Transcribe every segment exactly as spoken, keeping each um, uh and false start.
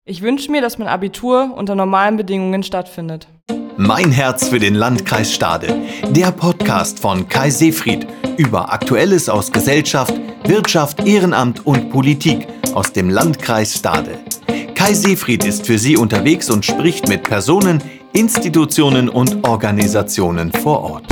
Ich wünsche mir, dass mein Abitur unter normalen Bedingungen stattfindet. Mein Herz für den Landkreis Stade. Der Podcast von Kai Seefried über Aktuelles aus Gesellschaft, Wirtschaft, Ehrenamt und Politik aus dem Landkreis Stade. Kai Seefried ist für Sie unterwegs und spricht mit Personen, Institutionen und Organisationen vor Ort.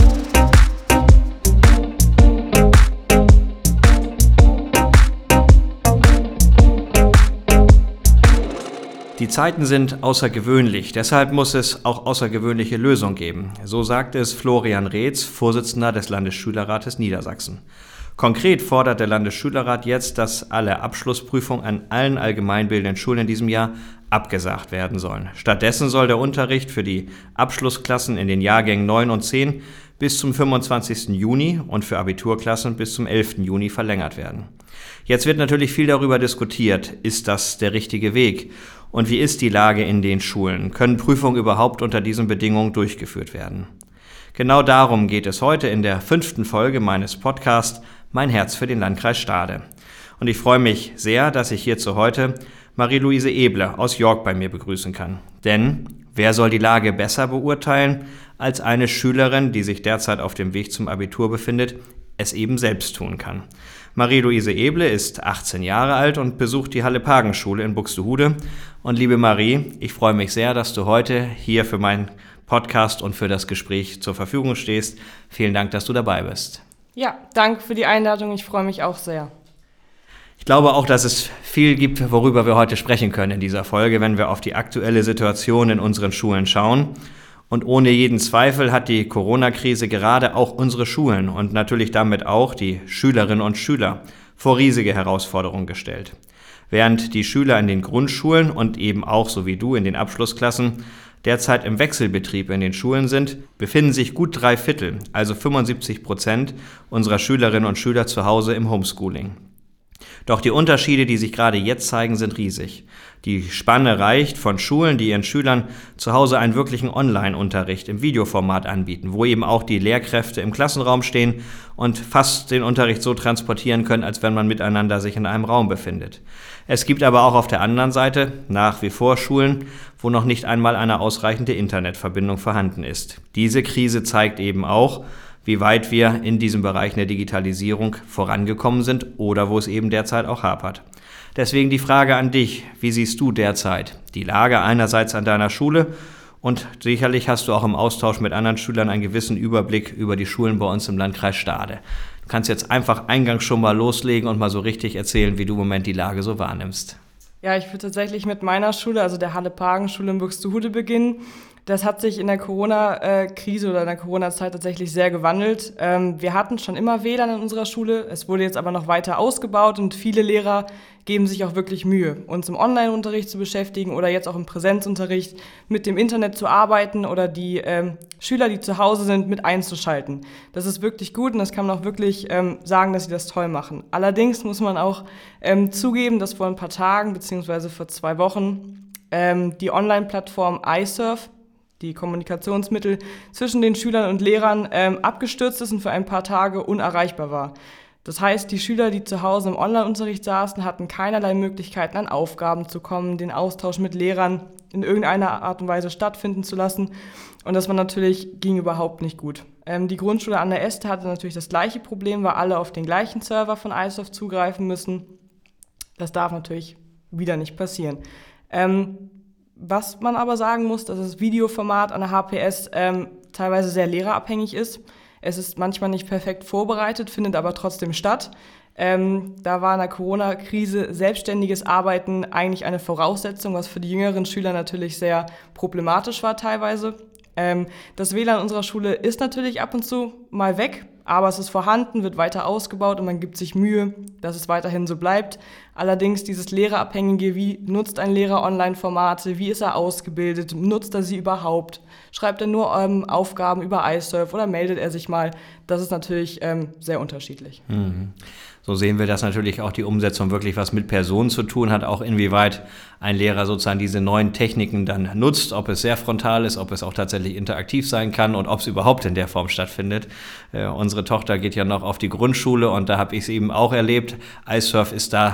Die Zeiten sind außergewöhnlich, deshalb muss es auch außergewöhnliche Lösungen geben. So sagt es Florian Reetz, Vorsitzender des Landesschülerrates Niedersachsen. Konkret fordert der Landesschülerrat jetzt, dass alle Abschlussprüfungen an allen allgemeinbildenden Schulen in diesem Jahr abgesagt werden sollen. Stattdessen soll der Unterricht für die Abschlussklassen in den Jahrgängen neun und zehn bis zum fünfundzwanzigsten Juni und für Abiturklassen bis zum elften Juni verlängert werden. Jetzt wird natürlich viel darüber diskutiert, ist das der richtige Weg? Und wie ist die Lage in den Schulen? Können Prüfungen überhaupt unter diesen Bedingungen durchgeführt werden? Genau darum geht es heute in der fünften Folge meines Podcasts Mein Herz für den Landkreis Stade. Und ich freue mich sehr, dass ich hierzu heute Marie-Louise Eble aus York bei mir begrüßen kann. Denn wer soll die Lage besser beurteilen als eine Schülerin, die sich derzeit auf dem Weg zum Abitur befindet, es eben selbst tun kann? Marie-Louise Eble ist achtzehn Jahre alt und besucht die Halle-Pagen-Schule in Buxtehude. Und liebe Marie, ich freue mich sehr, dass du heute hier für meinen Podcast und für das Gespräch zur Verfügung stehst. Vielen Dank, dass du dabei bist. Ja, danke für die Einladung. Ich freue mich auch sehr. Ich glaube auch, dass es viel gibt, worüber wir heute sprechen können in dieser Folge, wenn wir auf die aktuelle Situation in unseren Schulen schauen. Und ohne jeden Zweifel hat die Corona-Krise gerade auch unsere Schulen und natürlich damit auch die Schülerinnen und Schüler vor riesige Herausforderungen gestellt. Während die Schüler in den Grundschulen und eben auch, so wie du, in den Abschlussklassen derzeit im Wechselbetrieb in den Schulen sind, befinden sich gut drei Viertel, also fünfundsiebzig Prozent unserer Schülerinnen und Schüler zu Hause im Homeschooling. Doch die Unterschiede, die sich gerade jetzt zeigen, sind riesig. Die Spanne reicht von Schulen, die ihren Schülern zu Hause einen wirklichen Online-Unterricht im Videoformat anbieten, wo eben auch die Lehrkräfte im Klassenraum stehen und fast den Unterricht so transportieren können, als wenn man miteinander sich in einem Raum befindet. Es gibt aber auch auf der anderen Seite nach wie vor Schulen, wo noch nicht einmal eine ausreichende Internetverbindung vorhanden ist. Diese Krise zeigt eben auch, wie weit wir in diesem Bereich der Digitalisierung vorangekommen sind oder wo es eben derzeit auch hapert. Deswegen die Frage an dich, wie siehst du derzeit die Lage einerseits an deiner Schule und sicherlich hast du auch im Austausch mit anderen Schülern einen gewissen Überblick über die Schulen bei uns im Landkreis Stade. Du kannst jetzt einfach eingangs schon mal loslegen und mal so richtig erzählen, wie du im Moment die Lage so wahrnimmst. Ja, ich würde tatsächlich mit meiner Schule, also der Halle-Pagen-Schule in Buxtehude, beginnen. Das hat sich in der Corona-Krise oder in der Corona-Zeit tatsächlich sehr gewandelt. Wir hatten schon immer W L A N in unserer Schule, es wurde jetzt aber noch weiter ausgebaut und viele Lehrer geben sich auch wirklich Mühe, uns im Online-Unterricht zu beschäftigen oder jetzt auch im Präsenzunterricht mit dem Internet zu arbeiten oder die ähm, Schüler, die zu Hause sind, mit einzuschalten. Das ist wirklich gut und das kann man auch wirklich ähm, sagen, dass sie das toll machen. Allerdings muss man auch ähm, zugeben, dass vor ein paar Tagen beziehungsweise vor zwei Wochen ähm, die Online-Plattform iSurf, die Kommunikationsmittel zwischen den Schülern und Lehrern ähm, abgestürzt ist und für ein paar Tage unerreichbar war. Das heißt, die Schüler, die zu Hause im Online-Unterricht saßen, hatten keinerlei Möglichkeiten, an Aufgaben zu kommen, den Austausch mit Lehrern in irgendeiner Art und Weise stattfinden zu lassen. Und das war natürlich, ging überhaupt nicht gut. Ähm, die Grundschule an der Este hatte natürlich das gleiche Problem, weil alle auf den gleichen Server von iSurf zugreifen müssen. Das darf natürlich wieder nicht passieren. Ähm, Was man aber sagen muss, dass das Videoformat an der H P S ähm, teilweise sehr lehrerabhängig ist. Es ist manchmal nicht perfekt vorbereitet, findet aber trotzdem statt. Ähm, da war in der Corona-Krise selbstständiges Arbeiten eigentlich eine Voraussetzung, was für die jüngeren Schüler natürlich sehr problematisch war teilweise. Ähm, das W L A N unserer Schule ist natürlich ab und zu mal weg, aber es ist vorhanden, wird weiter ausgebaut und man gibt sich Mühe, dass es weiterhin so bleibt. Allerdings dieses Lehrerabhängige, wie nutzt ein Lehrer Online-Formate, wie ist er ausgebildet, nutzt er sie überhaupt, schreibt er nur ähm, Aufgaben über iSurf oder meldet er sich mal, das ist natürlich ähm, sehr unterschiedlich. Mhm. So sehen wir, dass natürlich auch die Umsetzung wirklich was mit Personen zu tun hat, auch inwieweit ein Lehrer sozusagen diese neuen Techniken dann nutzt, ob es sehr frontal ist, ob es auch tatsächlich interaktiv sein kann und ob es überhaupt in der Form stattfindet. Äh, unsere Tochter geht ja noch auf die Grundschule und da habe ich es eben auch erlebt. iSurf ist da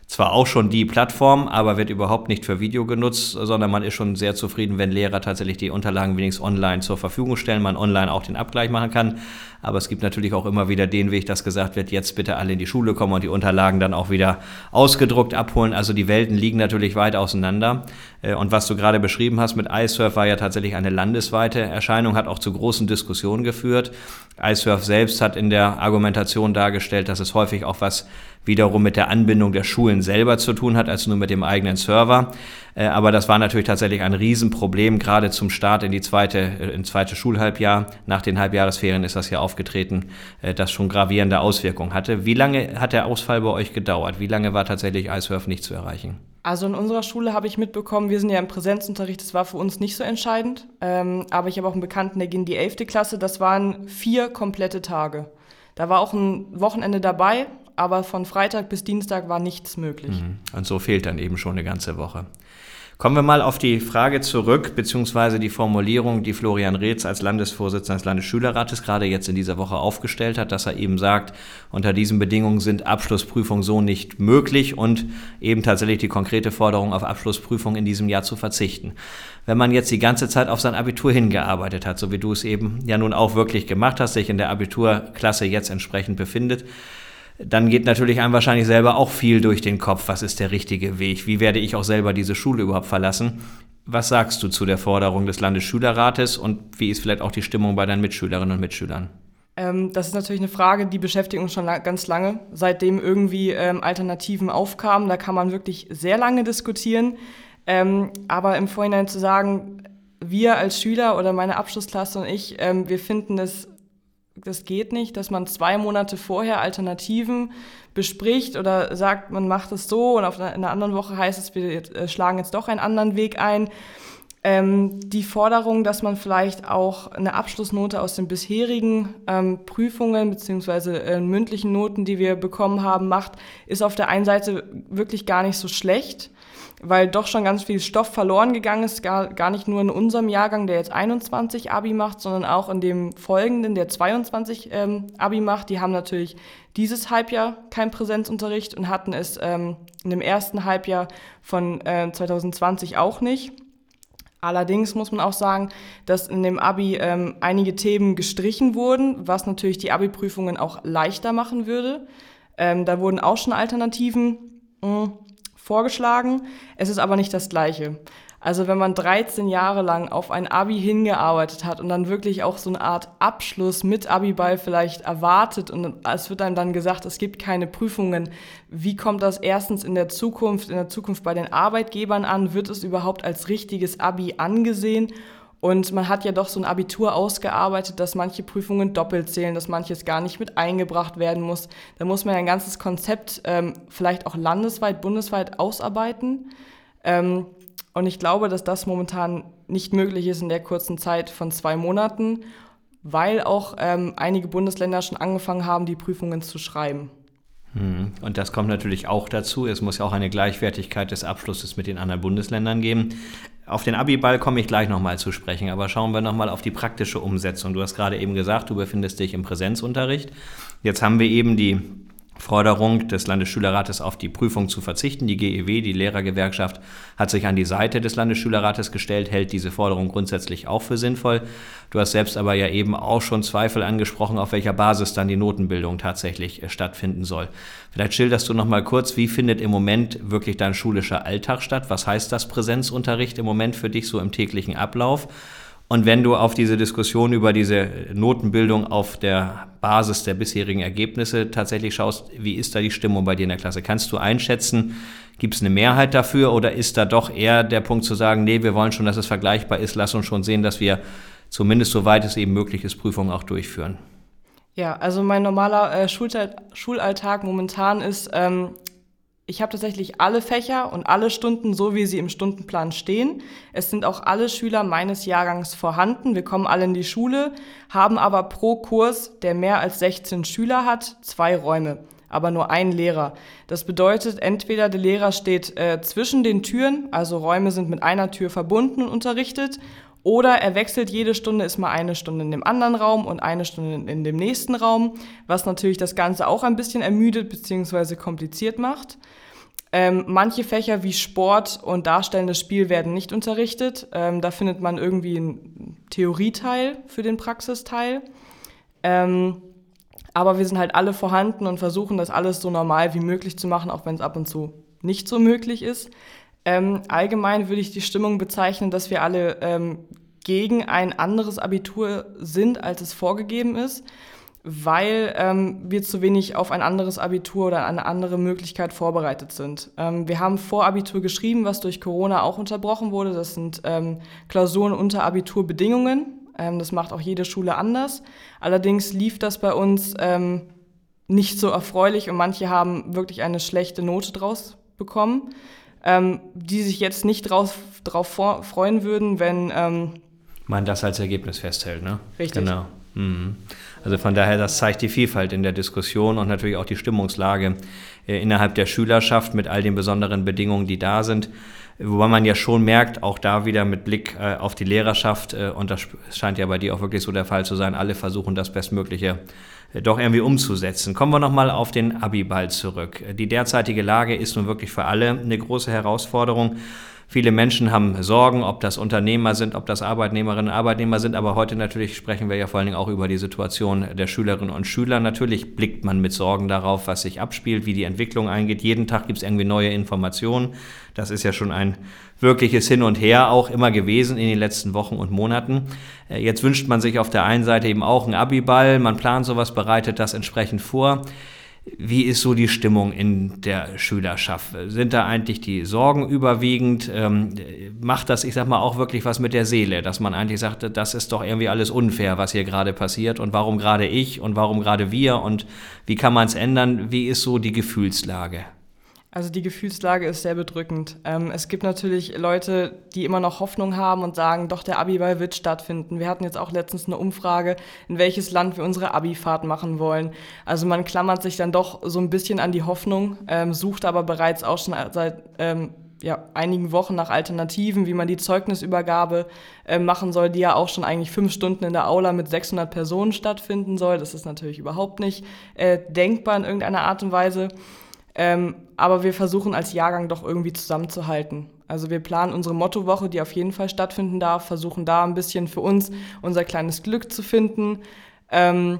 zwar auch schon die Plattform, aber wird überhaupt nicht für Video genutzt, sondern man ist schon sehr zufrieden, wenn Lehrer tatsächlich die Unterlagen wenigstens online zur Verfügung stellen, man online auch den Abgleich machen kann. Aber es gibt natürlich auch immer wieder den Weg, dass gesagt wird, jetzt bitte alle in die Schule kommen und die Unterlagen dann auch wieder ausgedruckt abholen. Also die Welten liegen natürlich weit auseinander. Und was du gerade beschrieben hast mit iSurf, war ja tatsächlich eine landesweite Erscheinung, hat auch zu großen Diskussionen geführt. iSurf selbst hat in der Argumentation dargestellt, dass es häufig auch was wiederum mit der Anbindung der Schulen selber zu tun hat, als nur mit dem eigenen Server. Aber das war natürlich tatsächlich ein Riesenproblem, gerade zum Start in die zweite, ins zweite Schulhalbjahr. Nach den Halbjahresferien ist das ja aufgetreten, das schon gravierende Auswirkungen hatte. Wie lange hat der Ausfall bei euch gedauert? Wie lange war tatsächlich iSurf nicht zu erreichen? Also in unserer Schule habe ich mitbekommen, wir sind ja im Präsenzunterricht, das war für uns nicht so entscheidend. Ähm, aber ich habe auch einen Bekannten, der ging in die elfte Klasse, das waren vier komplette Tage. Da war auch ein Wochenende dabei, aber von Freitag bis Dienstag war nichts möglich. Und so fehlt dann eben schon eine ganze Woche. Kommen wir mal auf die Frage zurück, beziehungsweise die Formulierung, die Florian Reetz als Landesvorsitzender des Landesschülerrates gerade jetzt in dieser Woche aufgestellt hat, dass er eben sagt, unter diesen Bedingungen sind Abschlussprüfungen so nicht möglich und eben tatsächlich die konkrete Forderung auf Abschlussprüfungen in diesem Jahr zu verzichten. Wenn man jetzt die ganze Zeit auf sein Abitur hingearbeitet hat, so wie du es eben ja nun auch wirklich gemacht hast, sich in der Abiturklasse jetzt entsprechend befindet, dann geht natürlich einem wahrscheinlich selber auch viel durch den Kopf. Was ist der richtige Weg? Wie werde ich auch selber diese Schule überhaupt verlassen? Was sagst du zu der Forderung des Landesschülerrates und wie ist vielleicht auch die Stimmung bei deinen Mitschülerinnen und Mitschülern? Ähm, das ist natürlich eine Frage, die beschäftigt uns schon la- ganz lange, seitdem irgendwie ähm, Alternativen aufkamen. Da kann man wirklich sehr lange diskutieren. Ähm, aber im Vorhinein zu sagen, wir als Schüler oder meine Abschlussklasse und ich, ähm, wir finden es Das geht nicht, dass man zwei Monate vorher Alternativen bespricht oder sagt, man macht es so und auf einer, in einer anderen Woche heißt es, wir äh, schlagen jetzt doch einen anderen Weg ein. Ähm, die Forderung, dass man vielleicht auch eine Abschlussnote aus den bisherigen ähm, Prüfungen beziehungsweise äh, mündlichen Noten, die wir bekommen haben, macht, ist auf der einen Seite wirklich gar nicht so schlecht, weil doch schon ganz viel Stoff verloren gegangen ist, gar, gar nicht nur in unserem Jahrgang, der jetzt einundzwanzig Abi macht, sondern auch in dem folgenden, der zweiundzwanzig ähm, Abi macht. Die haben natürlich dieses Halbjahr keinen Präsenzunterricht und hatten es ähm, in dem ersten Halbjahr von äh, zwanzig zwanzig auch nicht. Allerdings muss man auch sagen, dass in dem Abi ähm, einige Themen gestrichen wurden, was natürlich die Abi-Prüfungen auch leichter machen würde. Ähm, da wurden auch schon Alternativen mh, vorgeschlagen. Es ist aber nicht das Gleiche. Also wenn man dreizehn Jahre lang auf ein Abi hingearbeitet hat und dann wirklich auch so eine Art Abschluss mit Abiball vielleicht erwartet und es wird einem dann gesagt, es gibt keine Prüfungen. Wie kommt das erstens in der Zukunft, in der Zukunft bei den Arbeitgebern an? Wird es überhaupt als richtiges Abi angesehen? Und man hat ja doch so ein Abitur ausgearbeitet, dass manche Prüfungen doppelt zählen, dass manches gar nicht mit eingebracht werden muss. Da muss man ja ein ganzes Konzept ähm, vielleicht auch landesweit, bundesweit ausarbeiten. Ähm, und ich glaube, dass das momentan nicht möglich ist in der kurzen Zeit von zwei Monaten, weil auch ähm, einige Bundesländer schon angefangen haben, die Prüfungen zu schreiben. Und das kommt natürlich auch dazu. Es muss ja auch eine Gleichwertigkeit des Abschlusses mit den anderen Bundesländern geben. Auf den Abiball komme ich gleich nochmal zu sprechen, aber schauen wir nochmal auf die praktische Umsetzung. Du hast gerade eben gesagt, du befindest dich im Präsenzunterricht. Jetzt haben wir eben die Forderung des Landesschülerrates auf die Prüfung zu verzichten. Die G E W, die Lehrergewerkschaft, hat sich an die Seite des Landesschülerrates gestellt, hält diese Forderung grundsätzlich auch für sinnvoll. Du hast selbst aber ja eben auch schon Zweifel angesprochen, auf welcher Basis dann die Notenbildung tatsächlich stattfinden soll. Vielleicht schilderst du noch mal kurz, wie findet im Moment wirklich dein schulischer Alltag statt? Was heißt das Präsenzunterricht im Moment für dich so im täglichen Ablauf? Und wenn du auf diese Diskussion über diese Notenbildung auf der Basis der bisherigen Ergebnisse tatsächlich schaust, wie ist da die Stimmung bei dir in der Klasse? Kannst du einschätzen, gibt es eine Mehrheit dafür oder ist da doch eher der Punkt zu sagen, nee, wir wollen schon, dass es vergleichbar ist, lass uns schon sehen, dass wir zumindest soweit es eben möglich ist, Prüfungen auch durchführen? Ja, also mein normaler äh, Schulzeit, Schulalltag momentan ist, ähm, ich habe tatsächlich alle Fächer und alle Stunden so, wie sie im Stundenplan stehen. Es sind auch alle Schüler meines Jahrgangs vorhanden. Wir kommen alle in die Schule, haben aber pro Kurs, der mehr als sechzehn Schüler hat, zwei Räume, aber nur ein Lehrer. Das bedeutet, entweder der Lehrer steht äh, zwischen den Türen, also Räume sind mit einer Tür verbunden und unterrichtet, oder er wechselt jede Stunde, ist mal eine Stunde in dem anderen Raum und eine Stunde in dem nächsten Raum, was natürlich das Ganze auch ein bisschen ermüdet bzw. kompliziert macht. Ähm, manche Fächer wie Sport und darstellendes Spiel werden nicht unterrichtet. Ähm, da findet man irgendwie einen Theorieteil für den Praxisteil. Ähm, aber wir sind halt alle vorhanden und versuchen das alles so normal wie möglich zu machen, auch wenn es ab und zu nicht so möglich ist. Ähm, allgemein würde ich die Stimmung bezeichnen, dass wir alle ähm, gegen ein anderes Abitur sind, als es vorgegeben ist, weil ähm, wir zu wenig auf ein anderes Abitur oder eine andere Möglichkeit vorbereitet sind. Ähm, wir haben Vorabitur geschrieben, was durch Corona auch unterbrochen wurde. Das sind ähm, Klausuren unter Abiturbedingungen. Ähm, das macht auch jede Schule anders. Allerdings lief das bei uns ähm, nicht so erfreulich und manche haben wirklich eine schlechte Note draus bekommen, ähm, die sich jetzt nicht drauf, drauf vor, freuen würden, wenn ähm, man das als Ergebnis festhält, ne? Richtig. Genau. Mhm. Also von daher, das zeigt die Vielfalt in der Diskussion und natürlich auch die Stimmungslage äh, innerhalb der Schülerschaft mit all den besonderen Bedingungen, die da sind. Wobei man ja schon merkt, auch da wieder mit Blick äh, auf die Lehrerschaft, äh, und das scheint ja bei dir auch wirklich so der Fall zu sein, alle versuchen das Bestmögliche äh, doch irgendwie umzusetzen. Kommen wir nochmal auf den Abiball zurück. Die derzeitige Lage ist nun wirklich für alle eine große Herausforderung. Viele Menschen haben Sorgen, ob das Unternehmer sind, ob das Arbeitnehmerinnen und Arbeitnehmer sind, aber heute natürlich sprechen wir ja vor allen Dingen auch über die Situation der Schülerinnen und Schüler. Natürlich blickt man mit Sorgen darauf, was sich abspielt, wie die Entwicklung eingeht. Jeden Tag gibt es irgendwie neue Informationen. Das ist ja schon ein wirkliches Hin und Her auch immer gewesen in den letzten Wochen und Monaten. Jetzt wünscht man sich auf der einen Seite eben auch einen Abiball, man plant sowas, bereitet das entsprechend vor. Wie ist so die Stimmung in der Schülerschaft? Sind da eigentlich die Sorgen überwiegend? Ähm, macht das, ich sag mal, auch wirklich was mit der Seele, dass man eigentlich sagt, das ist doch irgendwie alles unfair, was hier gerade passiert und warum gerade ich und warum gerade wir und wie kann man es ändern? Wie ist so die Gefühlslage? Also die Gefühlslage ist sehr bedrückend. Ähm, es gibt natürlich Leute, die immer noch Hoffnung haben und sagen, doch, der Abiball wird stattfinden. Wir hatten jetzt auch letztens eine Umfrage, in welches Land wir unsere Abifahrt machen wollen. Also man klammert sich dann doch so ein bisschen an die Hoffnung, ähm, sucht aber bereits auch schon seit ähm, ja, einigen Wochen nach Alternativen, wie man die Zeugnisübergabe äh, machen soll, die ja auch schon eigentlich fünf Stunden in der Aula mit sechshundert Personen stattfinden soll. Das ist natürlich überhaupt nicht äh, denkbar in irgendeiner Art und Weise. Ähm, aber wir versuchen als Jahrgang doch irgendwie zusammenzuhalten. Also wir planen unsere Mottowoche, die auf jeden Fall stattfinden darf, versuchen da ein bisschen für uns unser kleines Glück zu finden. Ähm,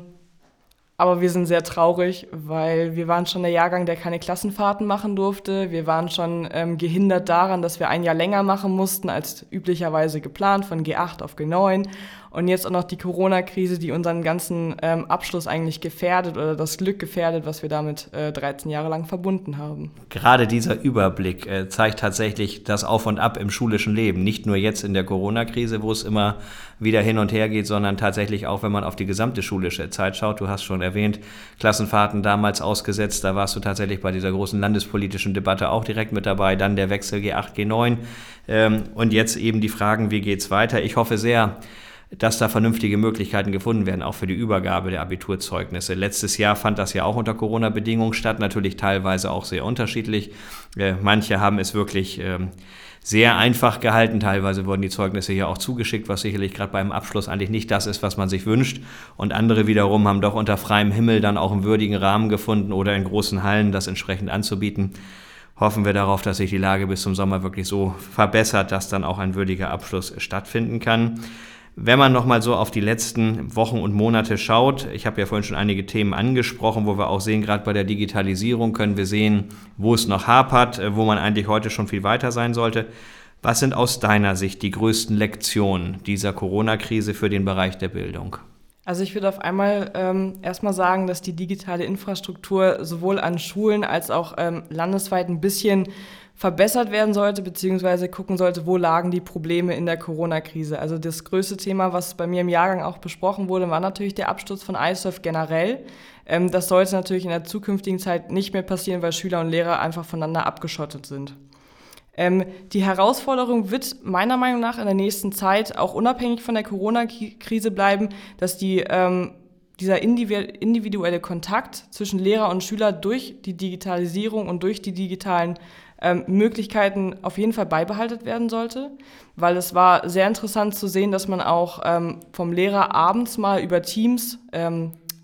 aber wir sind sehr traurig, weil wir waren schon der Jahrgang, der keine Klassenfahrten machen durfte. Wir waren schon ähm, gehindert daran, dass wir ein Jahr länger machen mussten als üblicherweise geplant, von G acht auf G neun. Und jetzt auch noch die Corona-Krise, die unseren ganzen ähm, Abschluss eigentlich gefährdet oder das Glück gefährdet, was wir damit äh, dreizehn Jahre lang verbunden haben. Gerade dieser Überblick äh, zeigt tatsächlich das Auf und Ab im schulischen Leben. Nicht nur jetzt in der Corona-Krise, wo es immer wieder hin und her geht, sondern tatsächlich auch, wenn man auf die gesamte schulische Zeit schaut. Du hast schon erwähnt, Klassenfahrten damals ausgesetzt. Da warst du tatsächlich bei dieser großen landespolitischen Debatte auch direkt mit dabei. Dann der Wechsel G acht, G neun. Ähm, und jetzt eben die Fragen, wie geht's weiter? Ich hoffe sehr, dass da vernünftige Möglichkeiten gefunden werden, auch für die Übergabe der Abiturzeugnisse. Letztes Jahr fand das ja auch unter Corona-Bedingungen statt, natürlich teilweise auch sehr unterschiedlich. Äh, manche haben es wirklich ähm, sehr einfach gehalten, teilweise wurden die Zeugnisse ja auch zugeschickt, was sicherlich gerade beim Abschluss eigentlich nicht das ist, was man sich wünscht. Und andere wiederum haben doch unter freiem Himmel dann auch einen würdigen Rahmen gefunden oder in großen Hallen das entsprechend anzubieten. Hoffen wir darauf, dass sich die Lage bis zum Sommer wirklich so verbessert, dass dann auch ein würdiger Abschluss stattfinden kann. Wenn man nochmal so auf die letzten Wochen und Monate schaut, ich habe ja vorhin schon einige Themen angesprochen, wo wir auch sehen, gerade bei der Digitalisierung können wir sehen, wo es noch hapert, wo man eigentlich heute schon viel weiter sein sollte. Was sind aus deiner Sicht die größten Lektionen dieser Corona-Krise für den Bereich der Bildung? Also ich würde auf einmal ähm, erstmal sagen, dass die digitale Infrastruktur sowohl an Schulen als auch ähm, landesweit ein bisschen verbessert werden sollte, beziehungsweise gucken sollte, wo lagen die Probleme in der Corona-Krise. Also das größte Thema, was bei mir im Jahrgang auch besprochen wurde, war natürlich der Absturz von I S O F generell. Ähm, das sollte natürlich in der zukünftigen Zeit nicht mehr passieren, weil Schüler und Lehrer einfach voneinander abgeschottet sind. Ähm, die Herausforderung wird meiner Meinung nach in der nächsten Zeit auch unabhängig von der Corona-Krise bleiben, dass die ähm, dieser individuelle Kontakt zwischen Lehrer und Schüler durch die Digitalisierung und durch die digitalen ähm, Möglichkeiten auf jeden Fall beibehalten werden sollte, weil es war sehr interessant zu sehen, dass man auch ähm, vom Lehrer abends mal über Teams ähm,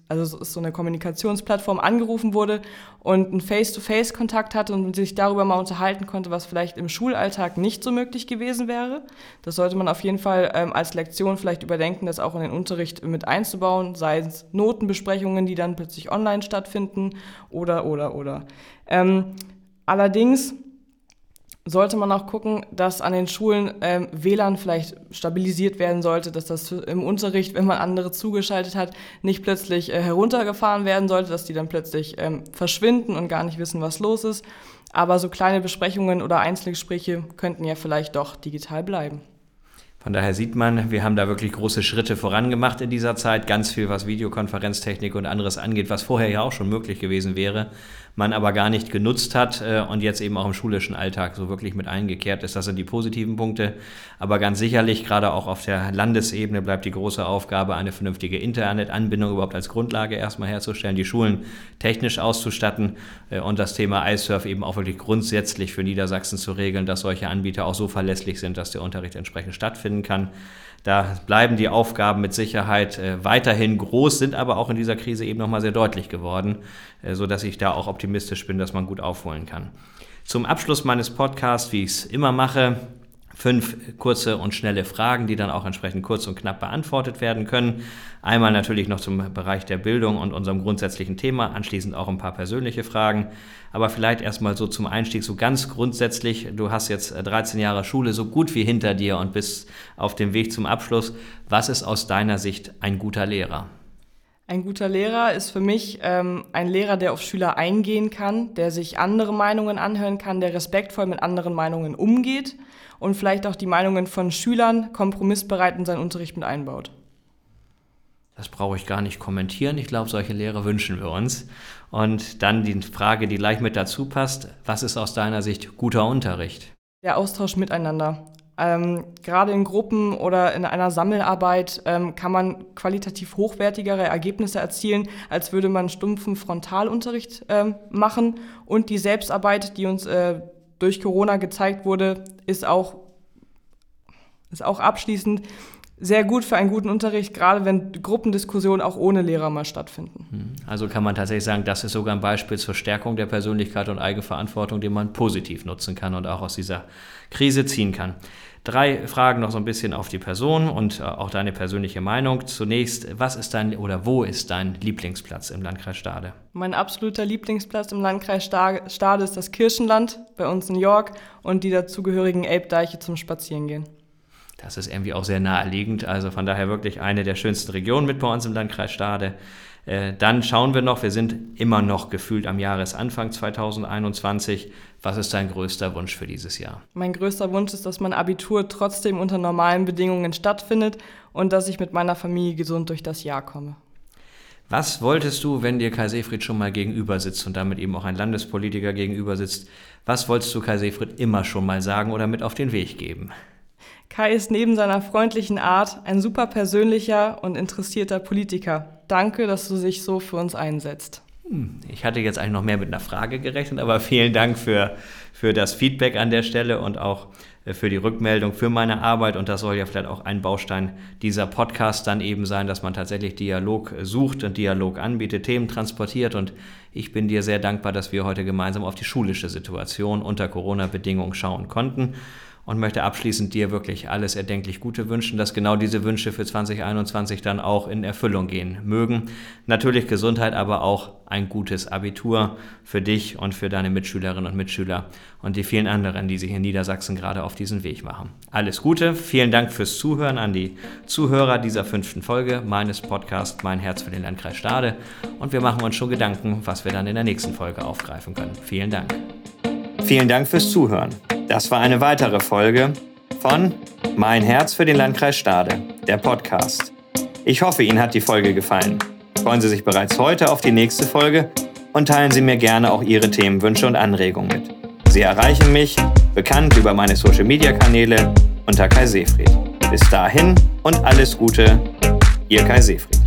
also es ist so eine Kommunikationsplattform, angerufen wurde und einen Face-to-Face-Kontakt hatte und sich darüber mal unterhalten konnte, was vielleicht im Schulalltag nicht so möglich gewesen wäre. Das sollte man auf jeden Fall ähm, als Lektion vielleicht überdenken, das auch in den Unterricht mit einzubauen, sei es Notenbesprechungen, die dann plötzlich online stattfinden oder, oder, oder. Ähm, allerdings sollte man auch gucken, dass an den Schulen ähm, W L A N vielleicht stabilisiert werden sollte, dass das im Unterricht, wenn man andere zugeschaltet hat, nicht plötzlich äh, heruntergefahren werden sollte, dass die dann plötzlich ähm, verschwinden und gar nicht wissen, was los ist. Aber so kleine Besprechungen oder Einzelgespräche könnten ja vielleicht doch digital bleiben. Von daher sieht man, wir haben da wirklich große Schritte vorangemacht in dieser Zeit. Ganz viel, was Videokonferenztechnik und anderes angeht, was vorher ja auch schon möglich gewesen wäre, man aber gar nicht genutzt hat und jetzt eben auch im schulischen Alltag so wirklich mit eingekehrt ist. Das sind die positiven Punkte. Aber ganz sicherlich, gerade auch auf der Landesebene, bleibt die große Aufgabe, eine vernünftige Internetanbindung überhaupt als Grundlage erstmal herzustellen, die Schulen technisch auszustatten und das Thema iSurf eben auch wirklich grundsätzlich für Niedersachsen zu regeln, dass solche Anbieter auch so verlässlich sind, dass der Unterricht entsprechend stattfinden kann. Da bleiben die Aufgaben mit Sicherheit äh, weiterhin groß, sind aber auch in dieser Krise eben nochmal sehr deutlich geworden, äh, sodass ich da auch optimistisch bin, dass man gut aufholen kann. Zum Abschluss meines Podcasts, wie ich es immer mache, fünf kurze und schnelle Fragen, die dann auch entsprechend kurz und knapp beantwortet werden können. Einmal natürlich noch zum Bereich der Bildung und unserem grundsätzlichen Thema, anschließend auch ein paar persönliche Fragen. Aber vielleicht erstmal so zum Einstieg, so ganz grundsätzlich, du hast jetzt dreizehn Jahre Schule so gut wie hinter dir und bist auf dem Weg zum Abschluss. Was ist aus deiner Sicht ein guter Lehrer? Ein guter Lehrer ist für mich ähm, ein Lehrer, der auf Schüler eingehen kann, der sich andere Meinungen anhören kann, der respektvoll mit anderen Meinungen umgeht und vielleicht auch die Meinungen von Schülern kompromissbereit in seinen Unterricht mit einbaut. Das brauche ich gar nicht kommentieren. Ich glaube, solche Lehrer wünschen wir uns. Und dann die Frage, die gleich mit dazu passt. Was ist aus deiner Sicht guter Unterricht? Der Austausch miteinander. Ähm, gerade in Gruppen oder in einer Sammelarbeit ähm, kann man qualitativ hochwertigere Ergebnisse erzielen, als würde man stumpfen Frontalunterricht ähm, machen. Und die Selbstarbeit, die uns äh, durch Corona gezeigt wurde, ist auch, ist auch abschließend sehr gut für einen guten Unterricht, gerade wenn Gruppendiskussionen auch ohne Lehrer mal stattfinden. Also kann man tatsächlich sagen, das ist sogar ein Beispiel zur Stärkung der Persönlichkeit und Eigenverantwortung, den man positiv nutzen kann und auch aus dieser Krise ziehen kann. Drei Fragen noch so ein bisschen auf die Person und auch deine persönliche Meinung. Zunächst, was ist dein oder wo ist dein Lieblingsplatz im Landkreis Stade? Mein absoluter Lieblingsplatz im Landkreis Stade ist das Kirchenland bei uns in York und die dazugehörigen Elbdeiche zum Spazierengehen. Das ist irgendwie auch sehr naheliegend, also von daher wirklich eine der schönsten Regionen mit bei uns im Landkreis Stade. Äh, dann schauen wir noch, wir sind immer noch gefühlt am Jahresanfang zwanzig einundzwanzig. Was ist dein größter Wunsch für dieses Jahr? Mein größter Wunsch ist, dass mein Abitur trotzdem unter normalen Bedingungen stattfindet und dass ich mit meiner Familie gesund durch das Jahr komme. Was wolltest du, wenn dir Kai Seefried schon mal gegenüber sitzt und damit eben auch ein Landespolitiker gegenüber sitzt, was wolltest du Kai Seefried immer schon mal sagen oder mit auf den Weg geben? Kai ist neben seiner freundlichen Art ein super persönlicher und interessierter Politiker. Danke, dass du dich so für uns einsetzt. Ich hatte jetzt eigentlich noch mehr mit einer Frage gerechnet, aber vielen Dank für, für das Feedback an der Stelle und auch für die Rückmeldung für meine Arbeit. Und das soll ja vielleicht auch ein Baustein dieser Podcast dann eben sein, dass man tatsächlich Dialog sucht und Dialog anbietet, Themen transportiert. Und ich bin dir sehr dankbar, dass wir heute gemeinsam auf die schulische Situation unter Corona-Bedingungen schauen konnten. Und möchte abschließend dir wirklich alles erdenklich Gute wünschen, dass genau diese Wünsche für zwanzig einundzwanzig dann auch in Erfüllung gehen mögen. Natürlich Gesundheit, aber auch ein gutes Abitur für dich und für deine Mitschülerinnen und Mitschüler und die vielen anderen, die sich in Niedersachsen gerade auf diesen Weg machen. Alles Gute, vielen Dank fürs Zuhören an die Zuhörer dieser fünften Folge meines Podcasts Mein Herz für den Landkreis Stade. Und wir machen uns schon Gedanken, was wir dann in der nächsten Folge aufgreifen können. Vielen Dank. Vielen Dank fürs Zuhören. Das war eine weitere Folge von Mein Herz für den Landkreis Stade, der Podcast. Ich hoffe, Ihnen hat die Folge gefallen. Freuen Sie sich bereits heute auf die nächste Folge und teilen Sie mir gerne auch Ihre Themenwünsche und Anregungen mit. Sie erreichen mich, bekannt über meine Social-Media-Kanäle, unter Kai Seefried. Bis dahin und alles Gute, Ihr Kai Seefried.